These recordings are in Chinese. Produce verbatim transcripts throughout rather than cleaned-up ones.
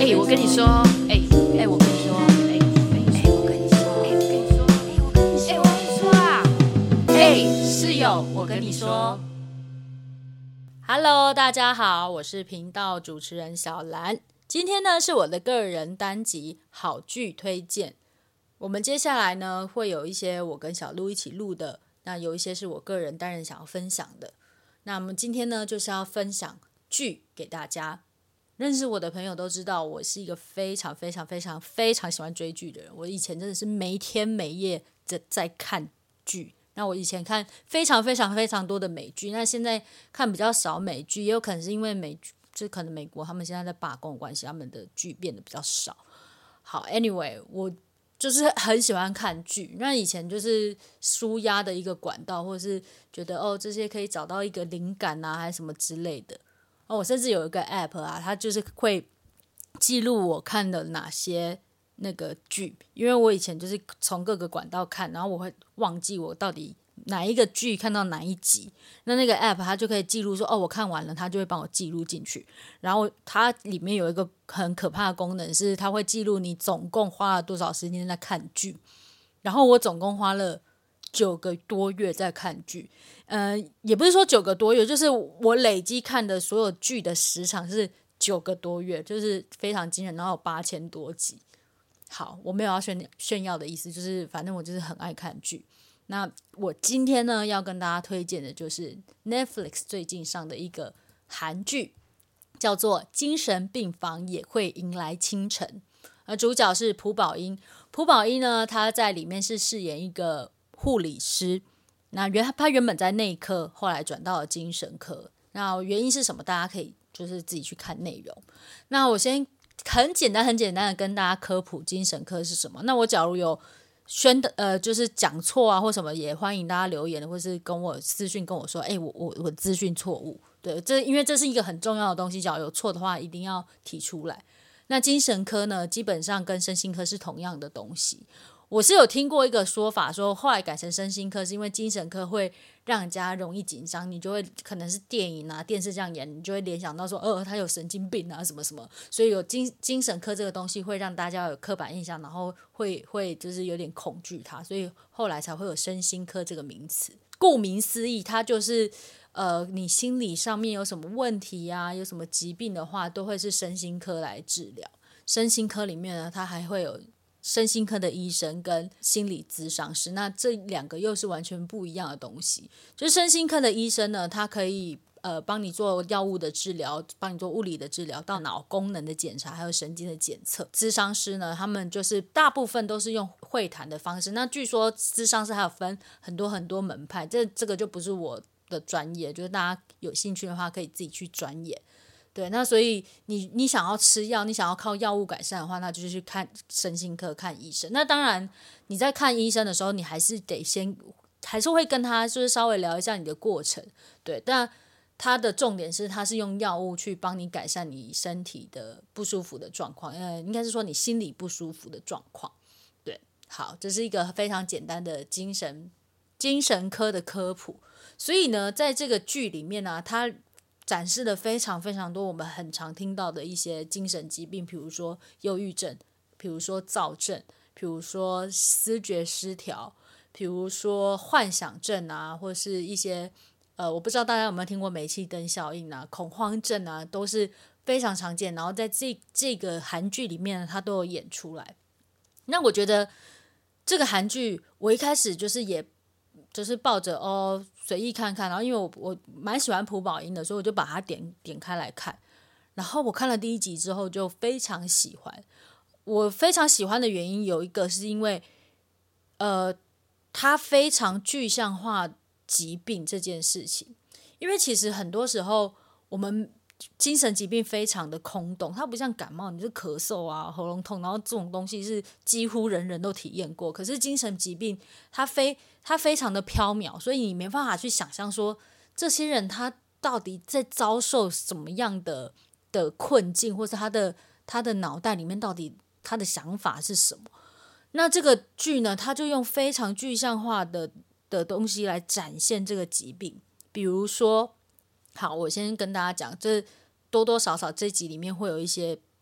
哎、我跟你说，哎、哎、我跟你说，哎、哎、我跟你说，哎、我跟你说，哎、我跟你说，哎、我跟你说啊，哎、室友，我跟你说。Hello， 大家好，我是频道主持人小兰。今天呢是我的个人单集好剧推荐。我们接下来呢会有一些我跟小鹿一起录的，那有一些是我个人单人想要分享的。那我们今天呢就是要分享剧给大家。认识我的朋友都知道，我是一个非常非常非常非常喜欢追剧的人。我以前真的是没天没夜在在看剧。那我以前看非常非常非常多的美剧，那现在看比较少美剧，也有可能是因为美剧，就可能美国他们现在在罢工的关系，他们的剧变得比较少。好 ，anyway， 我就是很喜欢看剧。那以前就是抒压的一个管道，或者是觉得哦这些可以找到一个灵感啊，还是什么之类的。哦，我甚至有一个 app 啊，它就是会记录我看的哪些那个剧，因为我以前就是从各个管道看，然后我会忘记我到底哪一个剧看到哪一集，那那个 app 它就可以记录说，哦，我看完了，它就会帮我记录进去。然后它里面有一个很可怕的功能，是它会记录你总共花了多少时间在看剧。然后我总共花了九个多月在看剧，呃，也不是说九个多月，就是我累积看的所有剧的时长是九个多月，就是非常惊人，然后有八千多集。好，我没有要炫炫耀的意思，就是反正我就是很爱看剧。那我今天呢要跟大家推荐的就是 Netflix 最近上的一个韩剧，叫做《精神病房也会迎来清晨》。而主角是朴宝英，朴宝英呢，他在里面是饰演一个护理师。那原他原本在内科，后来转到了精神科。那原因是什么？大家可以就是自己去看内容。那我先很简单、很简单的跟大家科普精神科是什么。那我假如有宣的呃，就是讲错啊或什么，也欢迎大家留言，或是跟我私讯跟我说，哎、欸，我我我资讯错误。对，这因为这是一个很重要的东西，假如有错的话，一定要提出来。那精神科呢，基本上跟身心科是同样的东西。我是有听过一个说法，说后来改成身心科，是因为精神科会让人家容易紧张，你就会可能是电影啊、电视这样演，你就会联想到说，呃，他有神经病啊，什么什么，所以有精精神科这个东西会让大家有刻板印象，然后会会就是有点恐惧它，所以后来才会有身心科这个名词。顾名思义，它就是呃，你心理上面有什么问题啊，有什么疾病的话，都会是身心科来治疗。身心科里面呢，它还会有身心科的医生跟心理咨商师，那这两个又是完全不一样的东西。就是身心科的医生呢，他可以呃帮你做药物的治疗，帮你做物理的治疗，到脑功能的检查，还有神经的检测。咨商师呢，他们就是大部分都是用会谈的方式。那据说咨商师还有分很多很多门派，这这个就不是我的专业，就是大家有兴趣的话可以自己去钻研。对，那所以你你想要吃药，你想要靠药物改善的话，那就是去看身心科看医生。那当然你在看医生的时候，你还是得先还是会跟他就是稍微聊一下你的过程，对，但他的重点是他是用药物去帮你改善你身体的不舒服的状况，呃，应该是说你心理不舒服的状况。对，好，这是一个非常简单的精神精神科的科普。所以呢，在这个剧里面呢、啊，它展示了非常非常多我们很常听到的一些精神疾病，比如说忧郁症，比如说躁症，比如说思觉失调，比如说幻想症啊，或是一些呃，我不知道大家有没有听过煤气灯效应啊、恐慌症啊，都是非常常见。然后在这这个韩剧里面，它都有演出来。那我觉得这个韩剧，我一开始就是也。就是抱着哦随意看看，然后因为我我蛮喜欢朴宝英的，所以我就把它点点开来看。然后我看了第一集之后就非常喜欢。我非常喜欢的原因有一个是因为，呃，它非常具象化疾病这件事情。因为其实很多时候我们精神疾病非常的空洞，它不像感冒，你就咳嗽啊、喉咙痛，然后这种东西是几乎人人都体验过。可是精神疾病它非它非常的缥缈，所以你没办法去想象说这些人他到底在遭受什么样的的困境，或是他的他的脑袋里面到底他的想法是什么。那这个剧呢，它就用非常具象化的的东西来展现这个疾病，比如说。好，我先跟大家讲，这多多少少这集里面会有一些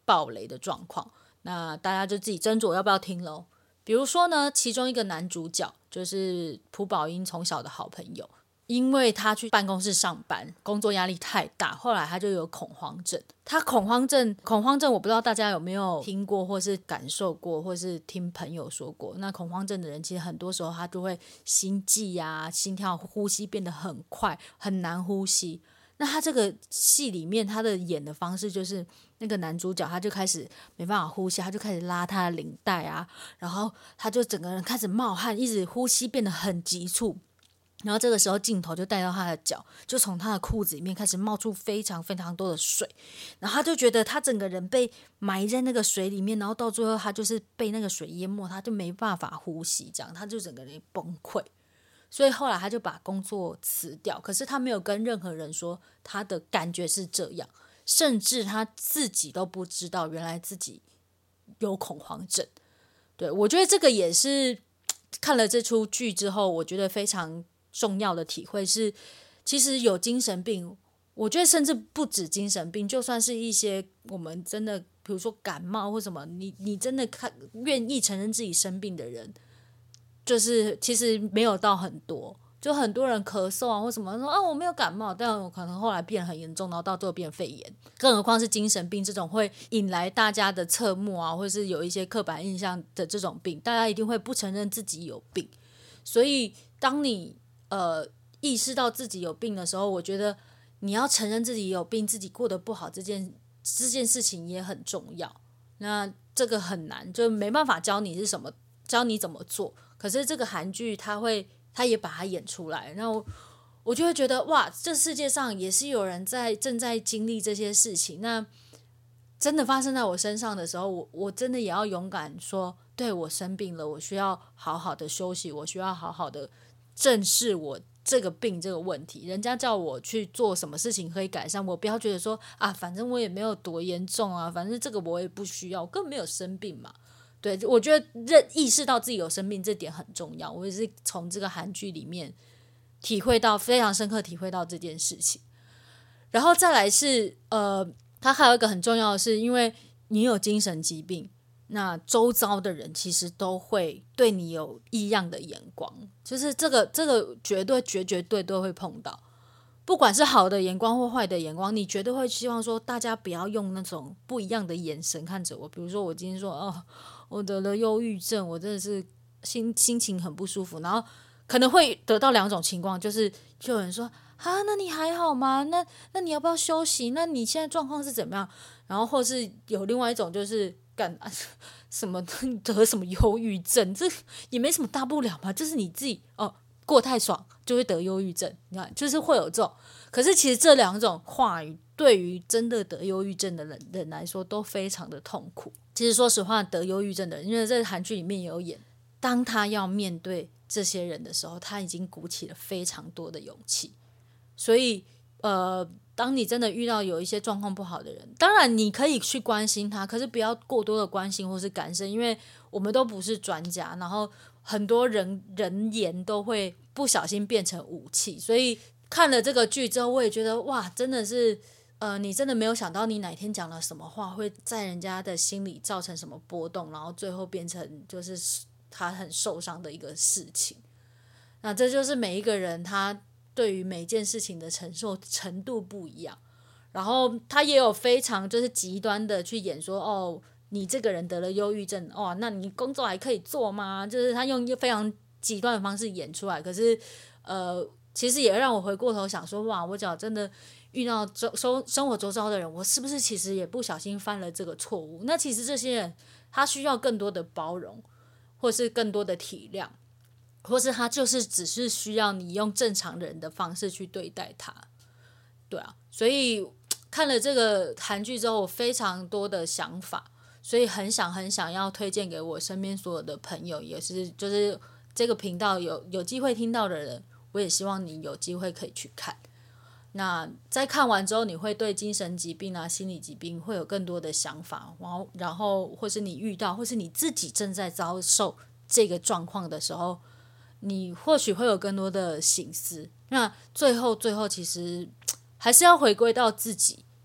爆雷的状况，那大家就自己斟酌要不要听咯。比如说呢，其中一个男主角就是朴宝英从小的好朋友，因为他去办公室上班，工作压力太大，后来他就有恐慌症。他恐慌症，恐慌症我不知道大家有没有听过，或是感受过，或是听朋友说过。那恐慌症的人，其实很多时候他就会心悸啊，心跳、呼吸变得很快，很难呼吸。那他这个戏里面，他的演的方式就是那个男主角，他就开始没办法呼吸，他就开始拉他的领带啊，然后他就整个人开始冒汗，一直呼吸变得很急促。然后这个时候镜头就带到他的脚，就从他的裤子里面开始冒出非常非常多的水，然后他就觉得他整个人被埋在那个水里面，然后到最后他就是被那个水淹没，他就没办法呼吸，这样他就整个人崩溃。所以后来他就把工作辞掉，可是他没有跟任何人说他的感觉是这样，甚至他自己都不知道原来自己有恐慌症。对，我觉得这个也是看了这出剧之后，我觉得非常重要的体会是，其实有精神病，我觉得甚至不止精神病，就算是一些我们真的比如说感冒或什么，你你真的看愿意承认自己生病的人，就是其实没有到很多，就很多人咳嗽啊或什么说啊我没有感冒，但我可能后来变得很严重，然后到最后变肺炎。更何况是精神病这种会引来大家的侧目啊，或是有一些刻板印象的这种病，大家一定会不承认自己有病。所以当你呃意识到自己有病的时候，我觉得你要承认自己有病，自己过得不好这件这件事情也很重要。那这个很难，就没办法教你是什么，教你怎么做。可是这个韩剧它会，它也把它演出来，然后我就会觉得哇，这世界上也是有人在正在经历这些事情。那真的发生在我身上的时候，我我真的也要勇敢说，对，我生病了，我需要好好的休息，我需要好好的正视我这个病这个问题。人家叫我去做什么事情可以改善，我不要觉得说啊，反正我也没有多严重啊，反正这个我也不需要，我根本没有生病嘛。对，我觉得认意识到自己有生病这点很重要，我也是从这个韩剧里面体会到，非常深刻体会到这件事情。然后再来是呃，它还有一个很重要的是，因为你有精神疾病，那周遭的人其实都会对你有异样的眼光，就是这个这个绝对绝绝对都会碰到，不管是好的眼光或坏的眼光，你绝对会希望说大家不要用那种不一样的眼神看着我。比如说我今天说哦，我得了忧郁症，我真的是心心情很不舒服，然后可能会得到两种情况，就是就有人说啊，那你还好吗？那那你要不要休息？那你现在状况是怎么样？然后或是有另外一种就是干、啊、什么得什么忧郁症，这也没什么大不了嘛，就是你自己哦过太爽就会得忧郁症，你看就是会有这种。可是其实这两种话语对于真的得忧郁症的人人来说都非常的痛苦。其实说实话，得忧郁症的人，因为在韩剧里面也有演，当他要面对这些人的时候，他已经鼓起了非常多的勇气。所以呃，当你真的遇到有一些状况不好的人，当然你可以去关心他，可是不要过多的关心或是感受，因为我们都不是专家，然后很多人人言都会不小心变成武器。所以看了这个剧之后，我也觉得哇，真的是呃，你真的没有想到你哪天讲了什么话会在人家的心里造成什么波动，然后最后变成就是他很受伤的一个事情。那这就是每一个人他对于每件事情的承受程度不一样，然后他也有非常就是极端的去演说哦，你这个人得了忧郁症，哦，那你工作还可以做吗？就是他用非常极端的方式演出来。可是呃，其实也让我回过头想说，哇，我只要真的遇到周生生活周遭的人，我是不是其实也不小心犯了这个错误？那其实这些人他需要更多的包容，或是更多的体谅，或是他就是只是需要你用正常人的方式去对待他。对啊，所以看了这个韩剧之后，我非常多的想法，所以很想很想要推荐给我身边所有的朋友，也是就是这个频道有有机会听到的人，我也希望你有机会可以去看。那在看完之后，你会对精神疾病啊、心理疾病会有更多的想法，然后然后或是你遇到，或是你自己正在遭受这个状况的时候，你或许会有更多的省思。那最后最后其实还是要回归到自己，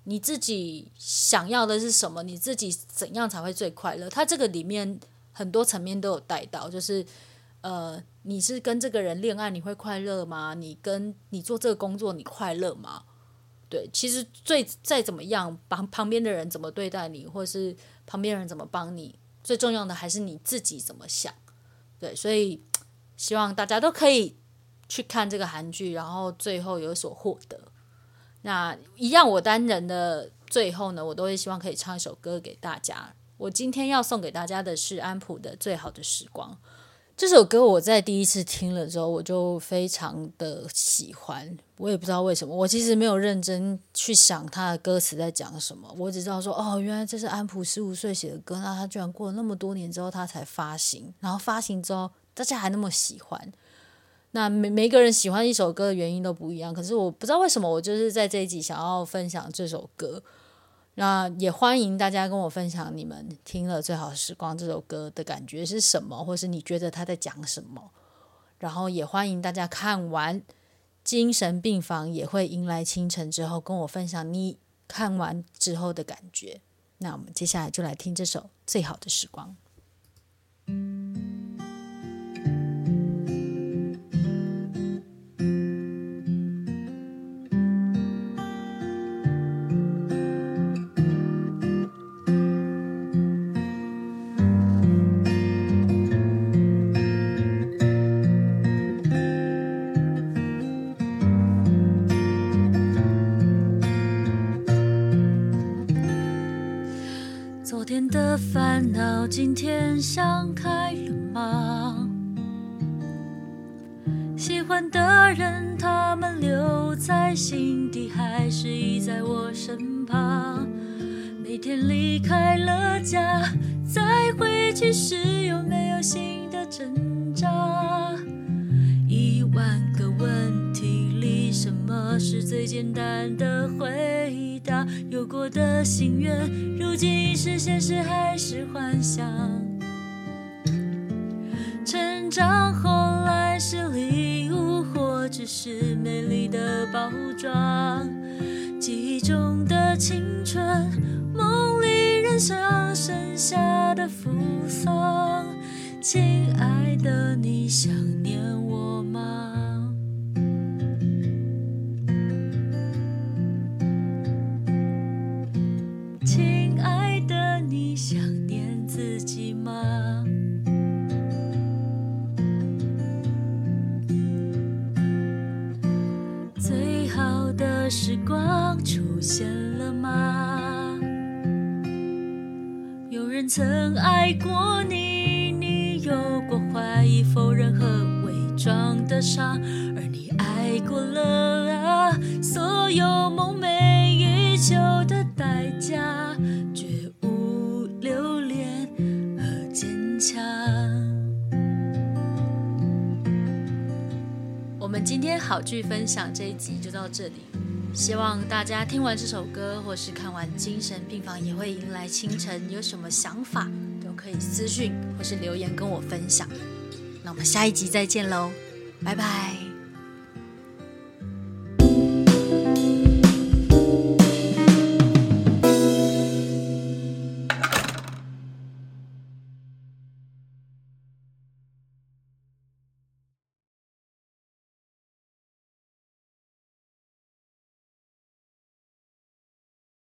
你自己想要的是什么，你自己怎样才会最快乐。它这个里面很多层面都有带到，就是呃，你是跟这个人恋爱你会快乐吗？你跟你做这个工作你快乐吗？对，其实最再怎么样，旁旁边的人怎么对待你，或是旁边人怎么帮你，最重要的还是你自己怎么想。对，所以希望大家都可以去看这个韩剧，然后最后有所获得。那一样，我单人的最后呢，我都会希望可以唱一首歌给大家。我今天要送给大家的是安普的《最好的时光》。这首歌我在第一次听了之后，我就非常的喜欢，我也不知道为什么，我其实没有认真去想他的歌词在讲什么，我只知道说，哦，原来这是安普十五岁写的歌，那他居然过了那么多年之后他才发行，然后发行之后大家还那么喜欢。那每每个人喜欢一首歌的原因都不一样，可是我不知道为什么我就是在这一集想要分享这首歌。那也欢迎大家跟我分享你们听了《最好的时光》这首歌的感觉是什么，或是你觉得他在讲什么。然后也欢迎大家看完《精神病房也会迎来清晨》之后，跟我分享你看完之后的感觉。那我们接下来就来听这首《最好的时光》。昨天的烦恼今天想开了吗？喜欢的人他们留在心底，还是依在我身旁？每天离开了家再回去时，有没有新的挣扎？一万个问题里，什么是最简单的回答？有过的心愿，如今是现实还是幻想？成长后来是礼物，或只是美丽的包装？记忆中的青春，梦里人生剩下的扶桑。亲爱的，你想念我吗？亲爱的，你想念自己吗？最好的时光出现了吗？有人曾爱过你，你有过怀疑、否认和伪装的伤，而你爱过了啊，所有梦寐以求的代价，绝无留恋和坚强。我们今天好剧分享这一集就到这里，希望大家听完这首歌或是看完《精神病房也会迎来清晨》有什么想法都可以私讯或是留言跟我分享。那我们下一集再见咯，拜拜。